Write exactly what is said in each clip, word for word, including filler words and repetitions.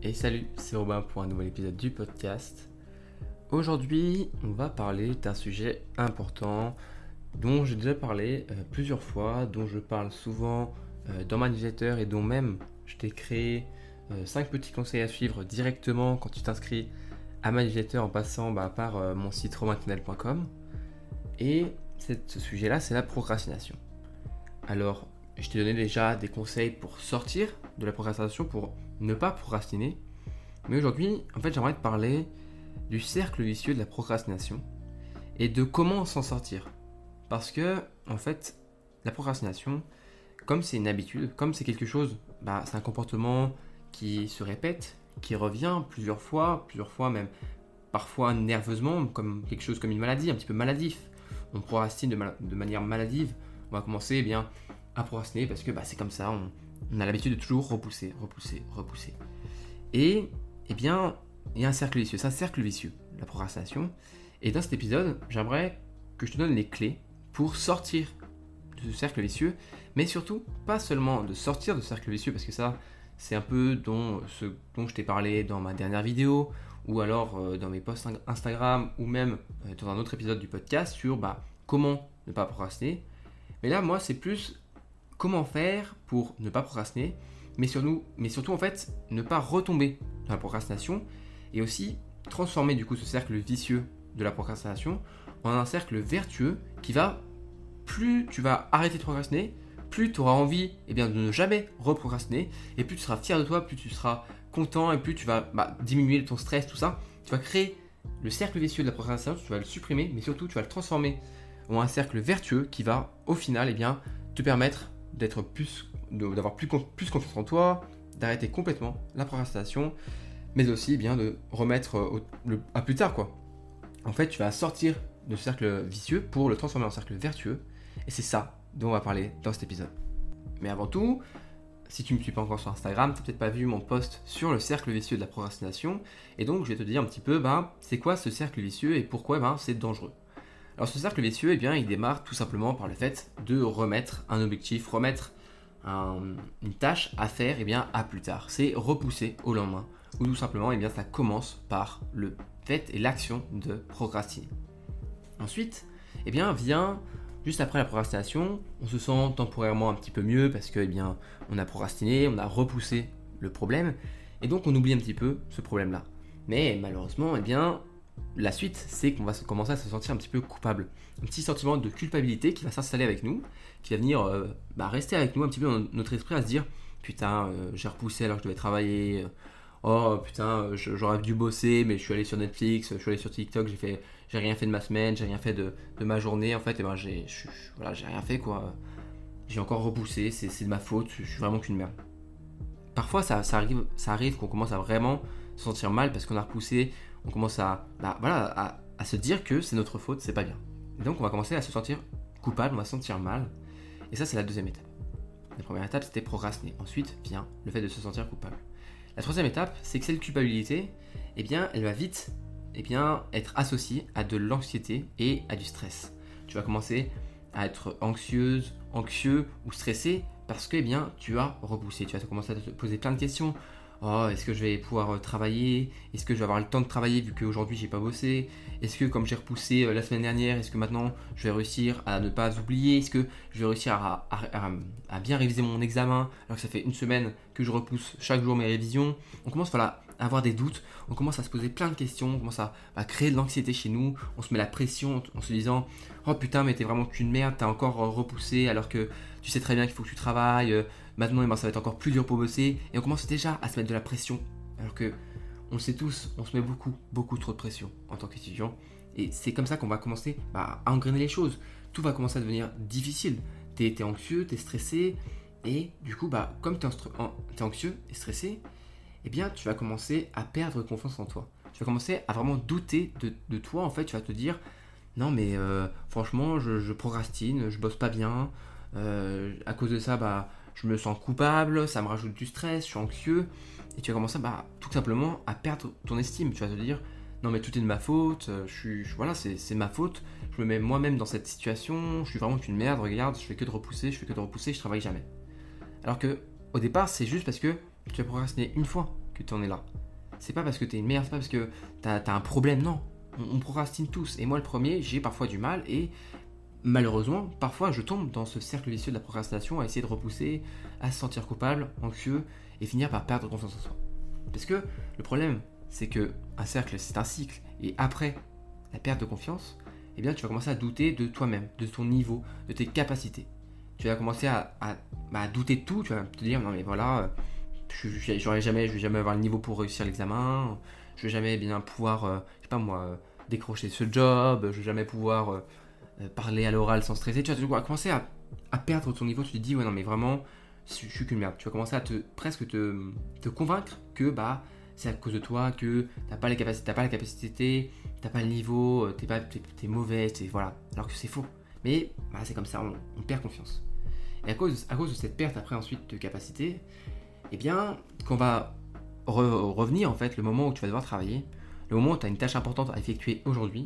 Et salut, c'est Robin pour un nouvel épisode du podcast. Aujourd'hui, on va parler d'un sujet important dont j'ai déjà parlé euh, plusieurs fois, dont je parle souvent euh, dans ma newsletter et dont même je t'ai créé euh, cinq petits conseils à suivre directement quand tu t'inscris à ma newsletter en passant bah, par euh, mon site robin tunnel point com. Et cette, ce sujet-là, c'est la procrastination. Alors, je t'ai donné déjà des conseils pour sortir de la procrastination, pour ne pas procrastiner. Mais aujourd'hui, en fait, j'aimerais te parler du cercle vicieux de la procrastination et de comment s'en sortir. Parce que, en fait, la procrastination, comme c'est une habitude, comme c'est quelque chose, bah, c'est un comportement qui se répète, qui revient plusieurs fois, plusieurs fois même, parfois nerveusement, comme quelque chose comme une maladie, un petit peu maladif. On procrastine de, mal- de manière maladive. On va commencer eh bien à procrastiner parce que bah, c'est comme ça, on, on a l'habitude de toujours repousser, repousser, repousser. Et eh bien, il y a un cercle vicieux, c'est un cercle vicieux, la procrastination. Et dans cet épisode, j'aimerais que je te donne les clés pour sortir de ce cercle vicieux, mais surtout, pas seulement de sortir de ce cercle vicieux, parce que ça, c'est un peu dont, ce dont je t'ai parlé dans ma dernière vidéo, ou alors euh, dans mes posts Instagram, ou même euh, dans un autre épisode du podcast sur bah, comment ne pas procrastiner. Mais là, moi, c'est plus comment faire pour ne pas procrastiner, mais surtout, mais surtout en fait, ne pas retomber dans la procrastination et aussi transformer du coup ce cercle vicieux de la procrastination en un cercle vertueux qui va, plus tu vas arrêter de procrastiner, plus tu auras envie eh bien, de ne jamais reprocrastiner et plus tu seras fier de toi, plus tu seras content et plus tu vas bah, diminuer ton stress, tout ça. Tu vas créer le cercle vicieux de la procrastination, tu vas le supprimer, mais surtout tu vas le transformer en un cercle vertueux qui va au final eh bien, te permettre d'être plus, d'avoir plus, plus confiance en toi, d'arrêter complètement la procrastination, mais aussi eh bien de remettre au, le, à plus tard quoi. En fait, tu vas sortir de ce cercle vicieux pour le transformer en cercle vertueux, et c'est ça dont on va parler dans cet épisode. Mais avant tout, si tu ne me suis pas encore sur Instagram, tu n'as peut-être pas vu mon post sur le cercle vicieux de la procrastination, et donc je vais te dire un petit peu, ben, c'est quoi ce cercle vicieux et pourquoi ben, c'est dangereux. Alors ce cercle vicieux, eh bien, il démarre tout simplement par le fait de remettre un objectif, remettre un, une tâche à faire eh bien, à plus tard. C'est repousser au lendemain, ou tout simplement eh bien, ça commence par le fait et l'action de procrastiner. Ensuite, eh bien, vient, juste après la procrastination, on se sent temporairement un petit peu mieux parce que, eh bien, on a procrastiné, on a repoussé le problème, et donc on oublie un petit peu ce problème-là. Mais malheureusement, eh bien, la suite, c'est qu'on va commencer à se sentir un petit peu coupable. Un petit sentiment de culpabilité qui va s'installer avec nous, qui va venir euh, bah, rester avec nous un petit peu dans notre esprit à se dire « Putain, euh, j'ai repoussé alors que je devais travailler. Oh putain, euh, j'aurais dû bosser, mais je suis allé sur Netflix, je suis allé sur TikTok, j'ai fait, j'ai rien fait de ma semaine, j'ai rien fait de, de ma journée. En fait, et ben, j'ai, je, voilà, j'ai rien fait quoi. J'ai encore repoussé, c'est, c'est de ma faute, je suis vraiment qu'une merde. » Parfois, ça, ça, arrive, ça arrive qu'on commence à vraiment se sentir mal parce qu'on a repoussé. On commence à, bah, voilà, à, à se dire que c'est notre faute, c'est pas bien. Et donc on va commencer à se sentir coupable, on va se sentir mal. Et ça, c'est la deuxième étape. La première étape, c'était procrastiner. Ensuite vient le fait de se sentir coupable. La troisième étape, c'est que cette culpabilité, eh bien, elle va vite eh bien, être associée à de l'anxiété et à du stress. Tu vas commencer à être anxieuse, anxieux ou stressé parce que eh bien, tu as repoussé. Tu vas commencer à te poser plein de questions. Oh, est-ce que je vais pouvoir travailler? Est-ce que je vais avoir le temps de travailler vu qu'aujourd'hui j'ai pas bossé? Est-ce que comme j'ai repoussé la semaine dernière, est-ce que maintenant je vais réussir à ne pas oublier? Est-ce que je vais réussir à, à, à, à bien réviser mon examen alors que ça fait une semaine que je repousse chaque jour mes révisions? On commence voilà, à avoir des doutes, on commence à se poser plein de questions, on commence à, à créer de l'anxiété chez nous, on se met la pression en se disant « Oh putain, mais t'es vraiment qu'une merde, t'as encore repoussé alors que tu sais très bien qu'il faut que tu travailles. » Maintenant, eh ben, ça va être encore plus dur pour bosser. Et on commence déjà à se mettre de la pression. Alors que, on le sait tous, on se met beaucoup, beaucoup trop de pression en tant qu'étudiant. Et c'est comme ça qu'on va commencer bah, à engrainer les choses. Tout va commencer à devenir difficile. T'es, t'es anxieux, t'es stressé. Et du coup, bah, comme t'es, instru- en, t'es anxieux et stressé, eh bien, tu vas commencer à perdre confiance en toi. Tu vas commencer à vraiment douter de, de toi. En fait, tu vas te dire, non mais euh, franchement, je, je procrastine, je bosse pas bien. Euh, à cause de ça, bah... je me sens coupable, ça me rajoute du stress, je suis anxieux, et tu vas commencer bah, tout simplement à perdre ton estime. Tu vas te dire, non mais tout est de ma faute, je suis, je, voilà, c'est, c'est ma faute, je me mets moi-même dans cette situation, je suis vraiment qu'une merde, regarde, je fais que de repousser, je fais que de repousser, je travaille jamais. Alors que, au départ, c'est juste parce que tu as procrastiné une fois, que tu en es là. C'est pas parce que tu es une merde, c'est pas parce que tu as un problème, non. On, on procrastine tous. Et moi, le premier, j'ai parfois du mal et malheureusement, parfois, je tombe dans ce cercle vicieux de la procrastination à essayer de repousser, à se sentir coupable, anxieux et finir par perdre confiance en soi. Parce que le problème, c'est que un cercle, c'est un cycle. Et après la perte de confiance, eh bien, tu vas commencer à douter de toi-même, de ton niveau, de tes capacités. Tu vas commencer à, à, à douter de tout. Tu vas te dire, non mais voilà, je, je, j'aurai jamais, je vais jamais avoir le niveau pour réussir l'examen. Je vais jamais bien pouvoir, euh, je sais pas moi, euh, décrocher ce job. Je vais jamais pouvoir euh, parler à l'oral sans stresser. Tu vas, tu vas commencer à, à perdre ton niveau. Tu te dis, ouais non mais vraiment, je, je suis qu'une merde. Tu vas commencer à te presque te, te convaincre que bah c'est à cause de toi que t'as pas les capacités, t'as pas la capacité, t'as pas le niveau, t'es pas, t'es, t'es mauvais, t'es, voilà. Alors que c'est faux. Mais bah, c'est comme ça, on, on perd confiance. Et à cause, à cause de cette perte après ensuite de capacité, eh bien, quand on va re- revenir en fait, le moment où tu vas devoir travailler, le moment où tu as une tâche importante à effectuer aujourd'hui,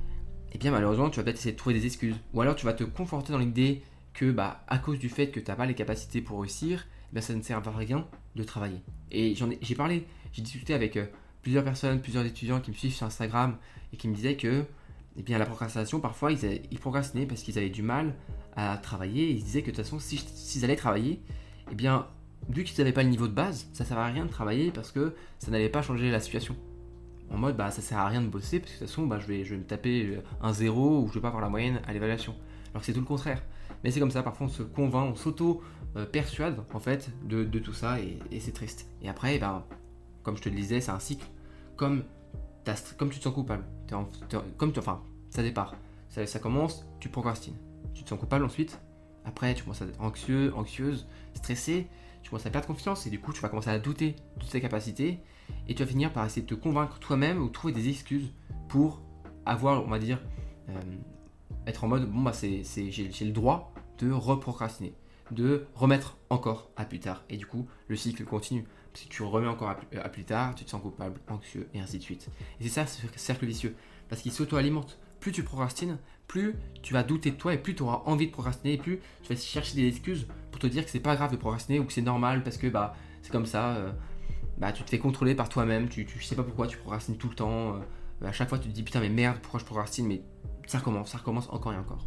eh bien malheureusement tu vas peut-être essayer de trouver des excuses. Ou alors tu vas te conforter dans l'idée que bah, à cause du fait que tu n'as pas les capacités pour réussir, eh bien, ça ne sert à rien de travailler. Et j'en ai, j'ai parlé, j'ai discuté avec euh, plusieurs personnes, plusieurs étudiants qui me suivent sur Instagram et qui me disaient que eh bien, la procrastination, parfois ils, avaient, ils procrastinaient parce qu'ils avaient du mal à travailler. Et ils se disaient que de toute façon, si, s'ils allaient travailler, eh bien, vu qu'ils n'avaient pas le niveau de base, ça ne servait à rien de travailler parce que ça n'allait pas changer la situation. En mode, bah, ça ne sert à rien de bosser parce que de toute façon, bah, je, vais, je vais me taper un zéro ou je ne vais pas avoir la moyenne à l'évaluation. Alors que c'est tout le contraire. Mais c'est comme ça, parfois on se convainc, on s'auto-persuade en fait de, de tout ça et, et c'est triste. Et après, eh ben, comme je te le disais, c'est un cycle. Comme, comme tu te sens coupable, t'es en, t'es en, comme tu, enfin, ça départ. Ça, ça commence, tu procrastines. Tu te sens coupable ensuite. Après, tu commences à être anxieux, anxieuse, stressé. Tu commences à perdre confiance et du coup, tu vas commencer à douter de tes capacités. Et tu vas finir par essayer de te convaincre toi-même ou trouver des excuses pour avoir, on va dire, euh, être en mode, bon, bah, c'est, c'est, j'ai, j'ai le droit de reprocrastiner, de remettre encore à plus tard. Et du coup, le cycle continue. Parce que tu remets encore à plus, à plus tard, tu te sens coupable, anxieux, et ainsi de suite. Et c'est ça, ce cercle vicieux. Parce qu'il s'auto-alimente. Plus tu procrastines, plus tu vas douter de toi et plus tu auras envie de procrastiner et plus tu vas chercher des excuses pour te dire que c'est pas grave de procrastiner ou que c'est normal parce que bah, c'est comme ça, euh, bah, tu te fais contrôler par toi-même, tu, tu sais pas pourquoi tu procrastines tout le temps. Euh, à chaque fois, tu te dis putain, mais merde, pourquoi je procrastine, mais ça recommence, ça recommence encore et encore.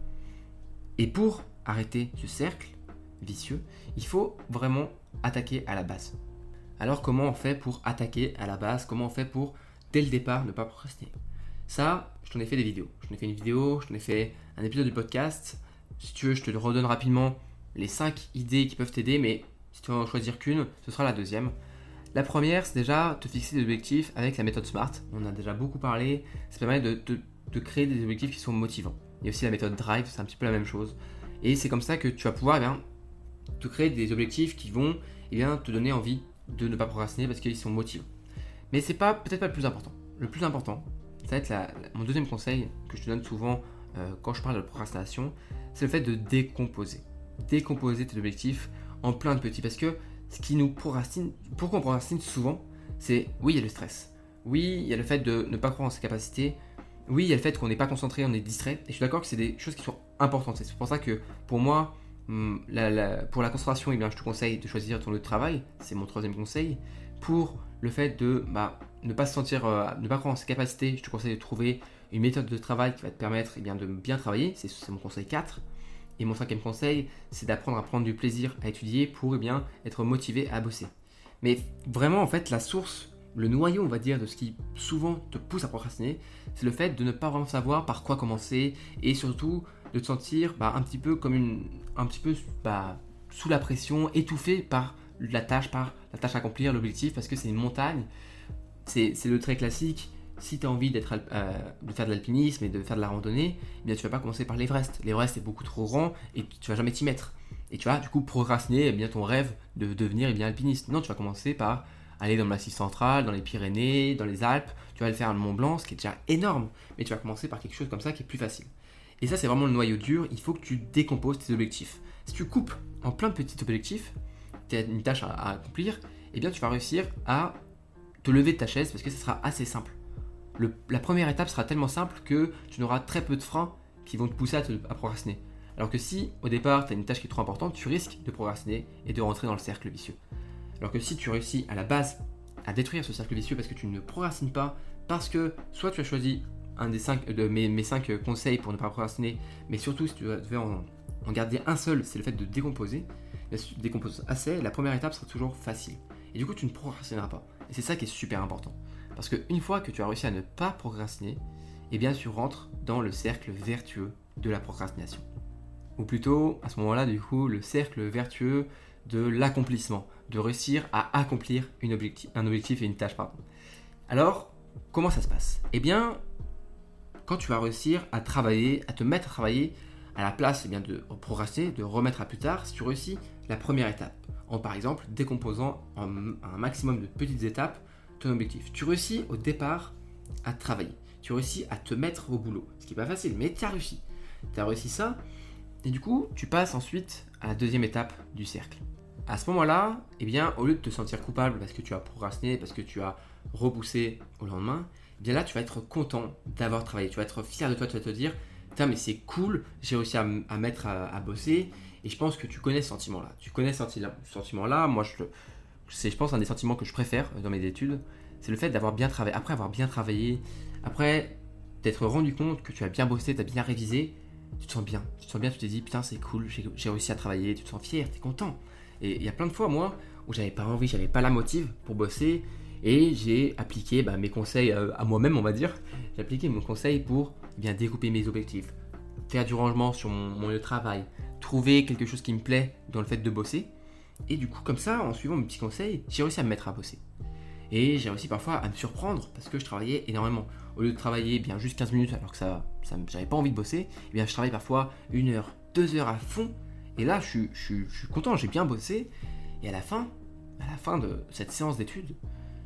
Et pour arrêter ce cercle vicieux, il faut vraiment attaquer à la base. Alors comment on fait pour attaquer à la base? Comment on fait pour, dès le départ, ne pas procrastiner? Ça, je t'en ai fait des vidéos. Je t'en ai fait une vidéo, je t'en ai fait un épisode du podcast. Si tu veux, je te le redonne rapidement les cinq idées qui peuvent t'aider, mais si tu veux en choisir qu'une, ce sera la deuxième. La première, c'est déjà te fixer des objectifs avec la méthode SMART. On en a déjà beaucoup parlé. Ça permet de, de, de créer des objectifs qui sont motivants. Il y a aussi la méthode DRIVE, c'est un petit peu la même chose. Et c'est comme ça que tu vas pouvoir eh bien, te créer des objectifs qui vont eh bien, te donner envie de ne pas procrastiner parce qu'ils sont motivants. Mais c'est pas, peut-être pas le plus important. Le plus important, ça va être la, la, mon deuxième conseil que je te donne souvent euh, quand je parle de procrastination, c'est le fait de décomposer. Décomposer tes objectifs en plein de petits. Parce que ce qui nous procrastine, pourquoi on procrastine souvent, c'est oui, il y a le stress. Oui, il y a le fait de ne pas croire en ses capacités. Oui, il y a le fait qu'on n'est pas concentré, on est distrait. Et je suis d'accord que c'est des choses qui sont importantes. C'est pour ça que pour moi, la, la, pour la concentration, eh bien, je te conseille de choisir ton lieu de travail. C'est mon troisième conseil. Pour le fait de bah, ne pas se sentir, euh, ne pas croire en ses capacités, je te conseille de trouver une méthode de travail qui va te permettre eh bien, de bien travailler. C'est, c'est mon conseil quatre. Et mon cinquième conseil, c'est d'apprendre à prendre du plaisir à étudier pour eh bien, être motivé à bosser. Mais vraiment, en fait, la source, le noyau, on va dire, de ce qui souvent te pousse à procrastiner, c'est le fait de ne pas vraiment savoir par quoi commencer et surtout de te sentir bah, un petit peu comme une, un petit peu bah, sous la pression, étouffé par la tâche, par la tâche à accomplir, l'objectif, parce que c'est une montagne. C'est, c'est le trait classique. Si tu as envie d'être, euh, de faire de l'alpinisme et de faire de la randonnée, eh bien, tu ne vas pas commencer par l'Everest. L'Everest est beaucoup trop grand et tu ne vas jamais t'y mettre. Et tu vas du coup procrastiner eh bien, ton rêve de devenir eh bien, alpiniste. Non, tu vas commencer par aller dans le Massif central, dans les Pyrénées, dans les Alpes. Tu vas aller faire le Mont Blanc, ce qui est déjà énorme. Mais tu vas commencer par quelque chose comme ça qui est plus facile. Et ça, c'est vraiment le noyau dur. Il faut que tu décomposes tes objectifs. Si tu coupes en plein de petits objectifs, tu as une tâche à, à accomplir, eh bien, tu vas réussir à te lever de ta chaise parce que ça sera assez simple. Le, la première étape sera tellement simple que tu n'auras très peu de freins qui vont te pousser à, te, à procrastiner. Alors que si, au départ, tu as une tâche qui est trop importante, tu risques de procrastiner et de rentrer dans le cercle vicieux. Alors que si tu réussis à la base à détruire ce cercle vicieux parce que tu ne procrastines pas, parce que soit tu as choisi un des cinq, de mes, mes cinq conseils pour ne pas procrastiner, mais surtout si tu devais en, en garder un seul, c'est le fait de décomposer. Si tu décomposes assez, la première étape sera toujours facile. Et du coup, tu ne procrastineras pas. Et c'est ça qui est super important. Parce qu'une fois que tu as réussi à ne pas procrastiner, eh bien tu rentres dans le cercle vertueux de la procrastination. Ou plutôt, à ce moment-là, du coup, le cercle vertueux de l'accomplissement, de réussir à accomplir une objectif, un objectif et une tâche. Pardon. Alors, comment ça se passe ? Eh bien, quand tu vas réussir à travailler, à te mettre à travailler à la place eh bien, de procrastiner, de remettre à plus tard, si tu réussis la première étape, en par exemple décomposant en un maximum de petites étapes ton objectif. Tu réussis au départ à travailler, tu réussis à te mettre au boulot, ce qui n'est pas facile, mais tu as réussi. Tu as réussi ça, et du coup, tu passes ensuite à la deuxième étape du cercle. À ce moment-là, eh bien, au lieu de te sentir coupable parce que tu as procrastiné, parce que tu as repoussé au lendemain, eh bien là, tu vas être content d'avoir travaillé, tu vas être fier de toi, tu vas te dire putain, mais c'est cool, j'ai réussi à, m- à mettre à, à bosser. Et je pense que tu connais ce sentiment-là. Tu connais ce senti- ce sentiment-là. Moi, je, c'est, je pense, un des sentiments que je préfère dans mes études. C'est le fait d'avoir bien travaillé. Après avoir bien travaillé, après t'être rendu compte que tu as bien bossé, tu as bien révisé, tu te sens bien. Tu te sens bien, tu te dis, putain, c'est cool, j'ai, j'ai réussi à travailler. Tu te sens fier, tu es content. Et il y a plein de fois, moi, où j'avais pas envie, j'avais pas la motive pour bosser. Et j'ai appliqué bah, mes conseils euh, à moi-même, on va dire. J'ai appliqué mes conseils pour eh bien découper mes objectifs, faire du rangement sur mon, mon lieu de travail, trouver quelque chose qui me plaît dans le fait de bosser. Et du coup, comme ça, en suivant mes petits conseils, j'ai réussi à me mettre à bosser. Et j'ai réussi parfois à me surprendre parce que je travaillais énormément. Au lieu de travailler bien juste quinze minutes alors que ça, ça j'avais pas envie de bosser, eh bien je travaille parfois une heure, deux heures à fond. Et là, je suis, je suis, je suis content, j'ai bien bossé. Et à la fin, à la fin de cette séance d'études,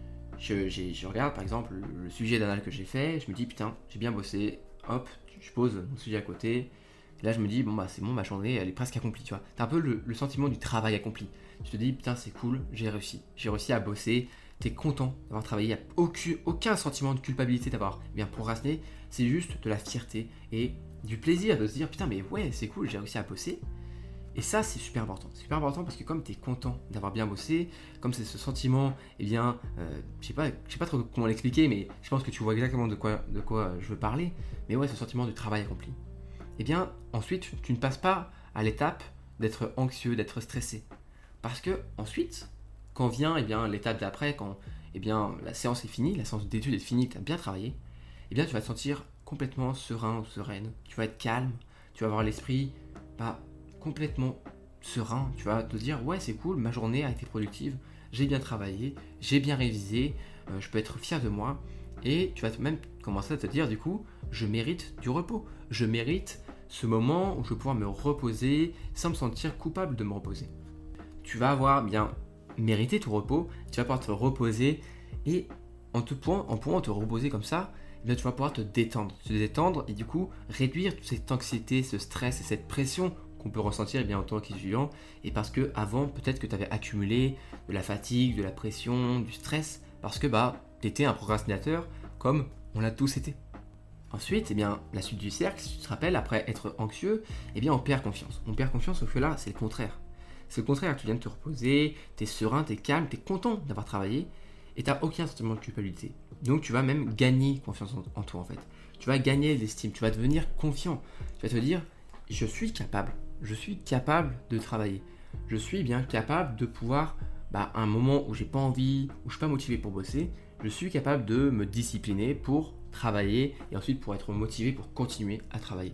je, j'ai- je regarde par exemple le, le sujet d'anal que j'ai fait, je me dis putain, j'ai bien bossé, hop, je pose mon sujet à côté. Et là, je me dis, bon, bah c'est bon, ma journée, elle est presque accomplie, tu vois. T'as un peu le, le sentiment du travail accompli. Tu te dis, putain, c'est cool, j'ai réussi. J'ai réussi à bosser, t'es content d'avoir travaillé, il n'y a aucun, aucun sentiment de culpabilité d'avoir bien procrastiné. C'est juste de la fierté et du plaisir de se dire, putain, mais ouais, c'est cool, j'ai réussi à bosser. Et ça, c'est super important. C'est super important parce que comme tu es content d'avoir bien bossé, comme c'est ce sentiment, eh bien, euh, je sais pas, je sais pas trop comment l'expliquer, mais je pense que tu vois exactement de quoi, de quoi je veux parler. Mais ouais, ce sentiment du travail accompli. Eh bien, ensuite, tu ne passes pas à l'étape d'être anxieux, d'être stressé. Parce que ensuite, quand vient eh bien, l'étape d'après, quand eh bien, la séance est finie, la séance d'études est finie, tu as bien travaillé, eh bien, tu vas te sentir complètement serein ou sereine. Tu vas être calme, tu vas avoir l'esprit bah, complètement serein. Tu vas te dire, ouais, c'est cool, ma journée a été productive, j'ai bien travaillé, j'ai bien révisé, euh, je peux être fier de moi. Et tu vas même commencer à te dire, du coup, je mérite du repos. Je mérite ce moment où je vais pouvoir me reposer sans me sentir coupable de me reposer. Tu vas avoir bien mérité ton repos, tu vas pouvoir te reposer et en, te point, en pouvant te reposer comme ça, eh bien, tu vas pouvoir te détendre, te détendre et du coup réduire toute cette anxiété, ce stress et cette pression qu'on peut ressentir eh bien, en tant qu'étudiant. Et parce que avant peut-être que tu avais accumulé de la fatigue, de la pression, du stress, parce que bah, tu étais un procrastinateur comme on l'a tous été. Ensuite, eh bien, la suite du cercle, si tu te rappelles, après être anxieux, eh bien, on perd confiance. On perd confiance, sauf que là, c'est le contraire. C'est le contraire, tu viens de te reposer, tu es serein, tu es calme, tu es content d'avoir travaillé et tu n'as aucun sentiment de culpabilité. Donc, tu vas même gagner confiance en, en toi, en fait. Tu vas gagner l'estime, tu vas devenir confiant. Tu vas te dire, je suis capable, je suis capable de travailler. Je suis bien capable de pouvoir, bah, à un moment où j'ai pas envie, où je suis pas motivé pour bosser, je suis capable de me discipliner pour travailler et ensuite pour être motivé pour continuer à travailler.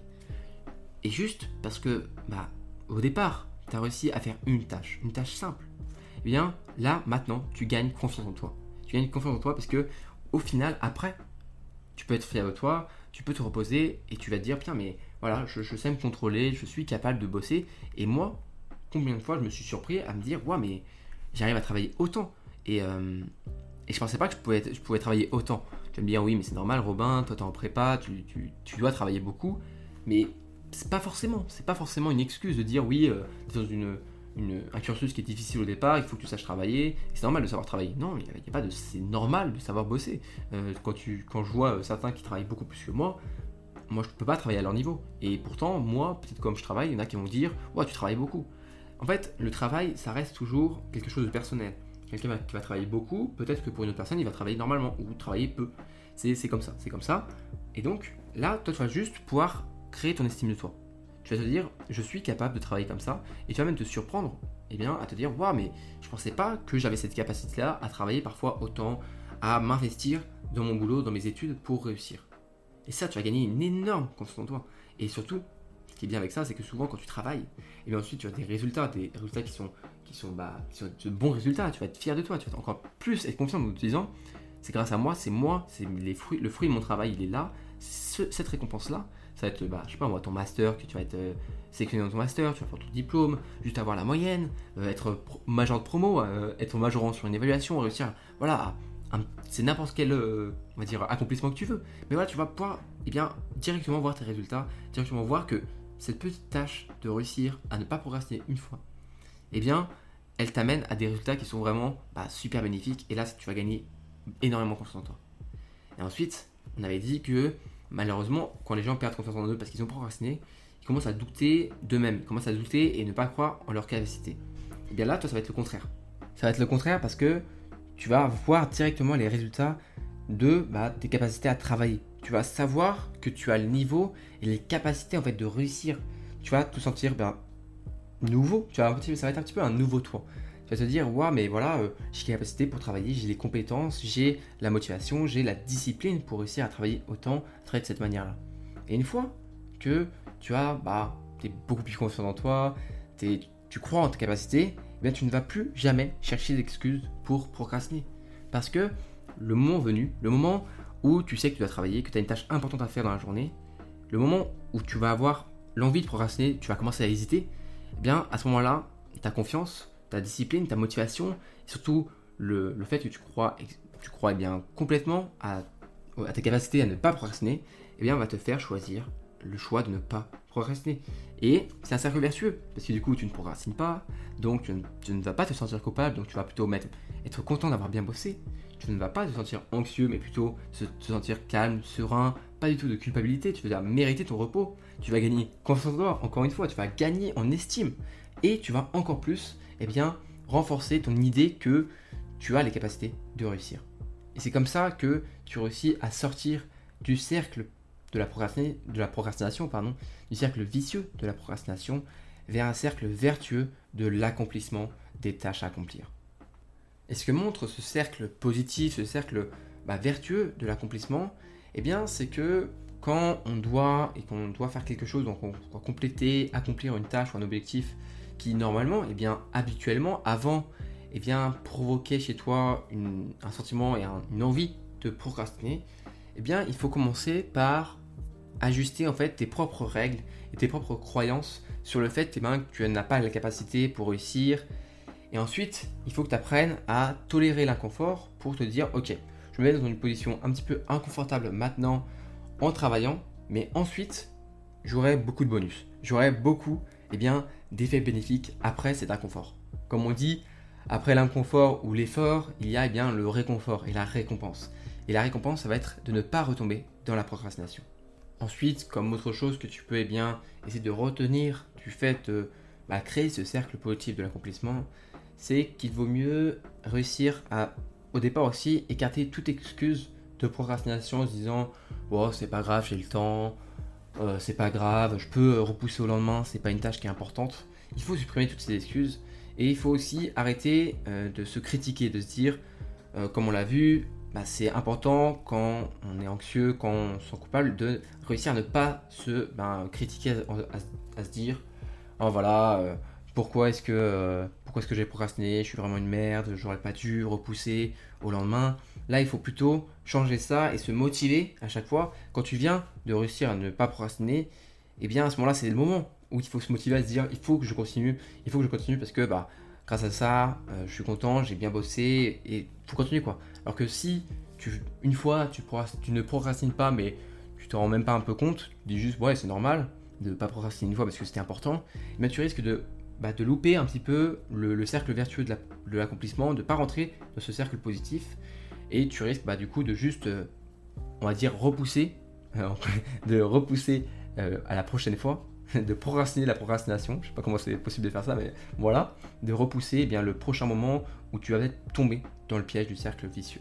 Et juste parce que, bah, au départ, tu as réussi à faire une tâche, une tâche simple, eh bien là, maintenant, tu gagnes confiance en toi. Tu gagnes confiance en toi parce que, au final, après, tu peux être fier de toi, tu peux te reposer et tu vas te dire, putain, mais voilà, je, je sais me contrôler, je suis capable de bosser. Et moi, combien de fois je me suis surpris à me dire, ouais, mais j'arrive à travailler autant. Et, euh, et je pensais pas que je pouvais, je pouvais travailler autant. Tu vas me dire, oui, mais c'est normal, Robin, toi, t'es en prépa, tu, tu, tu dois travailler beaucoup. Mais c'est pas forcément, c'est pas forcément une excuse de dire, oui, euh, t'es dans une, une, un cursus qui est difficile au départ, il faut que tu saches travailler. Et c'est normal de savoir travailler. Non, il y a, il y a pas de, c'est normal de savoir bosser. Euh, quand, tu, quand je vois euh, certains qui travaillent beaucoup plus que moi, moi, je peux pas travailler à leur niveau. Et pourtant, moi, peut-être comme je travaille, il y en a qui vont dire, ouais, tu travailles beaucoup. En fait, le travail, ça reste toujours quelque chose de personnel. quelqu'un va- qui va travailler beaucoup, peut-être que pour une autre personne, il va travailler normalement ou travailler peu. C'est, c'est comme ça, c'est comme ça. Et donc, là, toi, tu vas juste pouvoir créer ton estime de toi. Tu vas te dire, je suis capable de travailler comme ça, et tu vas même te surprendre, eh bien, à te dire, waouh, mais je pensais pas que j'avais cette capacité-là à travailler parfois autant, à m'investir dans mon boulot, dans mes études pour réussir. Et ça, tu vas gagner une énorme confiance en toi. Et surtout, ce qui est bien avec ça, c'est que souvent quand tu travailles, et bien ensuite tu as des résultats, des résultats qui sont, qui sont, bah, qui sont de bons résultats, tu vas être fier de toi, tu vas encore plus être confiant en te disant, c'est grâce à moi, c'est moi, c'est les fruits, le fruit de mon travail, il est là, ce- cette récompense-là, ça va être, bah, je sais pas moi, ton master, que tu vas être euh, sélectionné dans ton master, tu vas faire ton diplôme, juste avoir la moyenne, euh, être pro- major de promo, euh, être majorant sur une évaluation, réussir, voilà, à- un- c'est n'importe quel, euh, on va dire, accomplissement que tu veux. Mais voilà, tu vas pouvoir, eh bien, directement voir tes résultats, directement voir que cette petite tâche de réussir à ne pas procrastiner une fois, eh bien, elle t'amène à des résultats qui sont vraiment bah, super bénéfiques. Et là, tu vas gagner énormément confiance en toi. Et ensuite, on avait dit que malheureusement, quand les gens perdent confiance en eux parce qu'ils ont procrastiné, ils commencent à douter d'eux-mêmes, ils commencent à douter et ne pas croire en leur capacité. Et bien là, toi, ça va être le contraire. Ça va être le contraire parce que tu vas voir directement les résultats de bah, tes capacités à travailler. Tu vas savoir que tu as le niveau et les capacités en fait de réussir. Tu vas te sentir ben, nouveau. Tu vas, un petit- ça va être un petit peu un nouveau toi. Tu vas te dire, waouh, mais voilà, euh, j'ai les capacités pour travailler, j'ai les compétences, j'ai la motivation, j'ai la discipline pour réussir à travailler autant, à travailler de cette manière-là. Et une fois que tu as, bah, es beaucoup plus confiant en toi, t'es- tu crois en tes capacités, eh bien, tu ne vas plus jamais chercher d'excuses pour procrastiner. Parce que le moment venu, le moment où tu sais que tu dois travailler, que tu as une tâche importante à faire dans la journée, le moment où tu vas avoir l'envie de procrastiner, tu vas commencer à hésiter, eh bien à ce moment-là, ta confiance, ta discipline, ta motivation, et surtout le, le fait que tu crois, tu crois eh bien, complètement à, à ta capacité à ne pas procrastiner, eh bien va te faire choisir le choix de ne pas procrastiner. Et c'est un cercle vertueux, parce que du coup tu ne procrastines pas, donc tu ne, tu ne vas pas te sentir coupable, donc tu vas plutôt mettre, être content d'avoir bien bossé. Tu ne vas pas te sentir anxieux, mais plutôt se, te sentir calme, serein, pas du tout de culpabilité. Tu vas mériter ton repos. Tu vas gagner confiance en toi, encore une fois, tu vas gagner en estime. Et tu vas encore plus eh bien, renforcer ton idée que tu as les capacités de réussir. Et c'est comme ça que tu réussis à sortir du cercle de la, procrastination, de la procrastination, pardon, du cercle vicieux de la procrastination vers un cercle vertueux de l'accomplissement des tâches à accomplir. Et ce que montre ce cercle positif, ce cercle bah, vertueux de l'accomplissement, eh bien, c'est que quand on doit et qu'on doit faire quelque chose, donc on doit compléter, accomplir une tâche ou un objectif qui normalement, eh bien, habituellement, avant, eh bien, provoquait chez toi une, un sentiment et un, une envie de procrastiner, eh bien, il faut commencer par ajuster en fait tes propres règles et tes propres croyances sur le fait eh bien, que tu n'as pas la capacité pour réussir. Et ensuite, il faut que tu apprennes à tolérer l'inconfort pour te dire, ok, je me mets dans une position un petit peu inconfortable maintenant en travaillant, mais ensuite, j'aurai beaucoup de bonus. J'aurai beaucoup eh bien, d'effets bénéfiques après cet inconfort. Comme on dit, après l'inconfort ou l'effort, il y a eh bien, le réconfort et la récompense. Et la récompense, ça va être de ne pas retomber dans la procrastination. Ensuite, comme autre chose que tu peux eh bien, essayer de retenir du fait de bah, créer ce cercle positif de l'accomplissement, c'est qu'il vaut mieux réussir à, au départ aussi, écarter toute excuse de procrastination en se disant oh, c'est pas grave, j'ai le temps, euh, c'est pas grave, je peux repousser au lendemain, c'est pas une tâche qui est importante. Il faut supprimer toutes ces excuses et il faut aussi arrêter euh, de se critiquer, de se dire, euh, comme on l'a vu, bah, c'est important quand on est anxieux, quand on se sent coupable, de réussir à ne pas se bah, critiquer, à, à, à se dire oh voilà. Euh, Pourquoi est-ce que, euh, pourquoi est-ce que j'ai procrastiné? Je suis vraiment une merde, j'aurais pas dû repousser au lendemain. Là, il faut plutôt changer ça et se motiver à chaque fois. Quand tu viens de réussir à ne pas procrastiner, eh bien à ce moment-là, c'est le moment où il faut se motiver à se dire il faut que je continue, il faut que je continue parce que bah, grâce à ça, euh, je suis content, j'ai bien bossé et il faut continuer quoi. Alors que si tu, une fois tu, tu ne procrastines pas mais tu te rends même pas un peu compte, tu dis juste ouais c'est normal de ne pas procrastiner une fois parce que c'était important, eh bien tu risques de Bah, de louper un petit peu le, le cercle vertueux de, la, de l'accomplissement, de ne pas rentrer dans ce cercle positif et tu risques bah, du coup de juste, euh, on va dire, repousser, euh, de repousser euh, à la prochaine fois de procrastiner la procrastination, je sais pas comment c'est possible de faire ça, mais voilà, de repousser eh bien, le prochain moment où tu vas peut-être tomber dans le piège du cercle vicieux.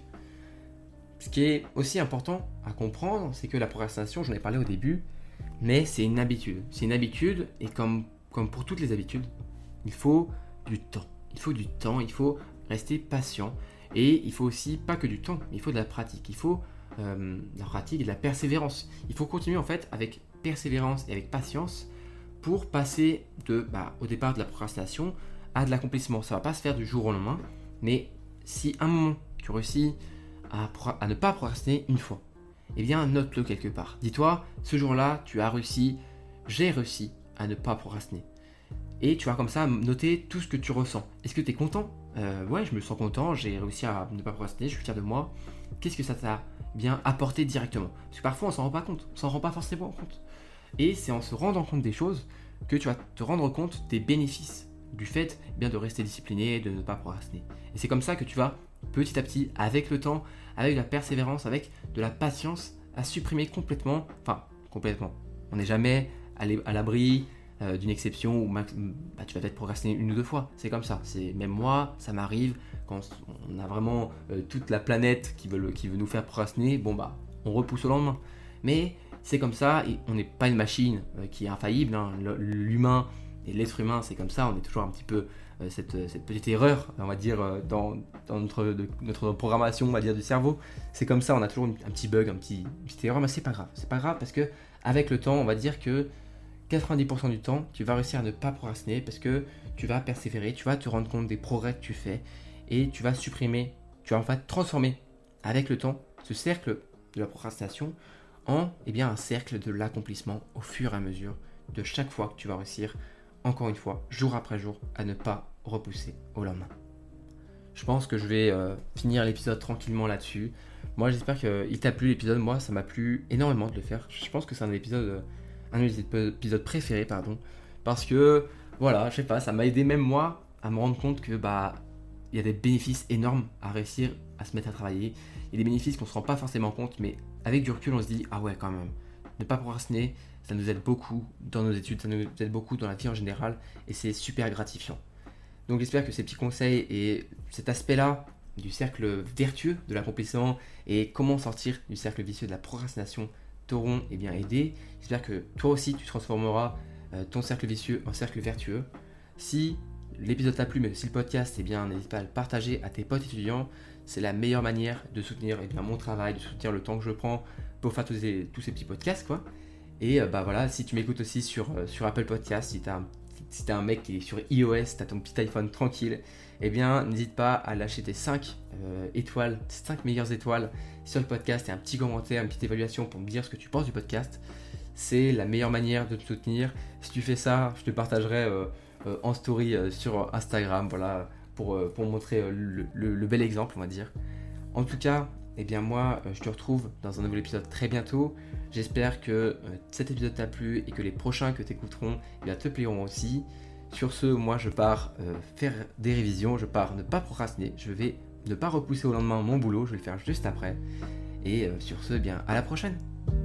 Ce qui est aussi important à comprendre, c'est que la procrastination, j'en ai parlé au début, mais c'est une habitude. C'est une habitude, et comme, comme pour toutes les habitudes, il faut du temps. Il faut du temps, il faut rester patient, et il faut aussi, pas que du temps, mais il faut de la pratique. Il faut euh, de la pratique et de la persévérance. Il faut continuer en fait avec persévérance et avec patience pour passer de, bah, au départ de la procrastination à de l'accomplissement. Ça ne va pas se faire du jour au lendemain, mais si à un moment tu réussis à, à ne pas procrastiner une fois, eh bien note-le quelque part. Dis-toi, ce jour-là, tu as réussi, j'ai réussi à ne pas procrastiner. Et tu vas comme ça noter tout ce que tu ressens. Est-ce que tu es content ? euh, Ouais, je me sens content, j'ai réussi à ne pas procrastiner, je suis fier de moi. Qu'est-ce que ça t'a bien apporté directement ? Parce que parfois on s'en rend pas compte, on s'en rend pas forcément compte. Et c'est en se rendant compte des choses que tu vas te rendre compte des bénéfices du fait eh bien, de rester discipliné, de ne pas procrastiner. Et c'est comme ça que tu vas petit à petit, avec le temps, avec de la persévérance, avec de la patience, à supprimer complètement, enfin complètement, on n'est jamais à l'abri euh, d'une exception où bah, tu vas peut-être procrastiner une ou deux fois, c'est comme ça, c'est, même moi, ça m'arrive, quand on a vraiment euh, toute la planète qui veut, le, qui veut nous faire procrastiner, bon bah, on repousse au lendemain. Mais c'est comme ça, et on n'est pas une machine euh, qui est infaillible, hein. L'humain et l'être humain, c'est comme ça, on est toujours un petit peu euh, cette, cette petite erreur, on va dire, euh, dans, dans notre, de, notre programmation, on va dire, du cerveau. C'est comme ça, on a toujours une, un petit bug, un petit, une petite erreur, mais c'est pas grave. C'est pas grave parce que avec le temps, on va dire que quatre-vingt-dix pour cent du temps, tu vas réussir à ne pas procrastiner parce que tu vas persévérer, tu vas te rendre compte des progrès que tu fais et tu vas supprimer, tu vas en fait transformer avec le temps ce cercle de la procrastination en eh bien, un cercle de l'accomplissement au fur et à mesure de chaque fois que tu vas réussir, encore une fois, jour après jour, à ne pas repousser au lendemain. Je pense que je vais euh, finir l'épisode tranquillement là-dessus. Moi, j'espère qu'il t'a plu l'épisode. Moi, ça m'a plu énormément de le faire. Je pense que c'est un épisode, un de mes épisodes préférés, pardon, parce que voilà, je sais pas, ça m'a aidé même moi à me rendre compte que bah il y a des bénéfices énormes à réussir à se mettre à travailler. Il y a des bénéfices qu'on ne se rend pas forcément compte, mais avec du recul, on se dit ah ouais quand même. Ne pas procrastiner, ça nous aide beaucoup dans nos études, ça nous aide beaucoup dans la vie en général, et c'est super gratifiant. Donc j'espère que ces petits conseils et cet aspect-là du cercle vertueux de l'accomplissement et comment sortir du cercle vicieux de la procrastination t'auront eh bien, aidé. J'espère que toi aussi tu transformeras euh, ton cercle vicieux en cercle vertueux. Si l'épisode t'a plu, mais si le podcast, eh bien, n'hésite pas à le partager à tes potes étudiants. C'est la meilleure manière de soutenir eh bien, mon travail, de soutenir le temps que je prends pour faire tous ces, tous ces petits podcasts, quoi. Et euh, bah voilà, si tu m'écoutes aussi sur, euh, sur Apple Podcast, si tu as un Si t'es un mec qui est sur iOS, t'as ton petit iPhone tranquille, eh bien n'hésite pas à lâcher tes cinq euh, étoiles, tes cinq meilleures étoiles sur le podcast et un petit commentaire, une petite évaluation pour me dire ce que tu penses du podcast. C'est la meilleure manière de te soutenir. Si tu fais ça, je te partagerai euh, euh, en story euh, sur Instagram, voilà, pour, euh, pour montrer euh, le, le, le bel exemple, on va dire. En tout cas, eh bien moi, euh, je te retrouve dans un nouvel épisode très bientôt. J'espère que euh, cet épisode t'a plu et que les prochains que tu écouteront eh bien, te plairont aussi. Sur ce, moi je pars euh, faire des révisions, je pars ne pas procrastiner, je vais ne pas repousser au lendemain mon boulot, je vais le faire juste après. Et euh, sur ce, eh bien, à la prochaine.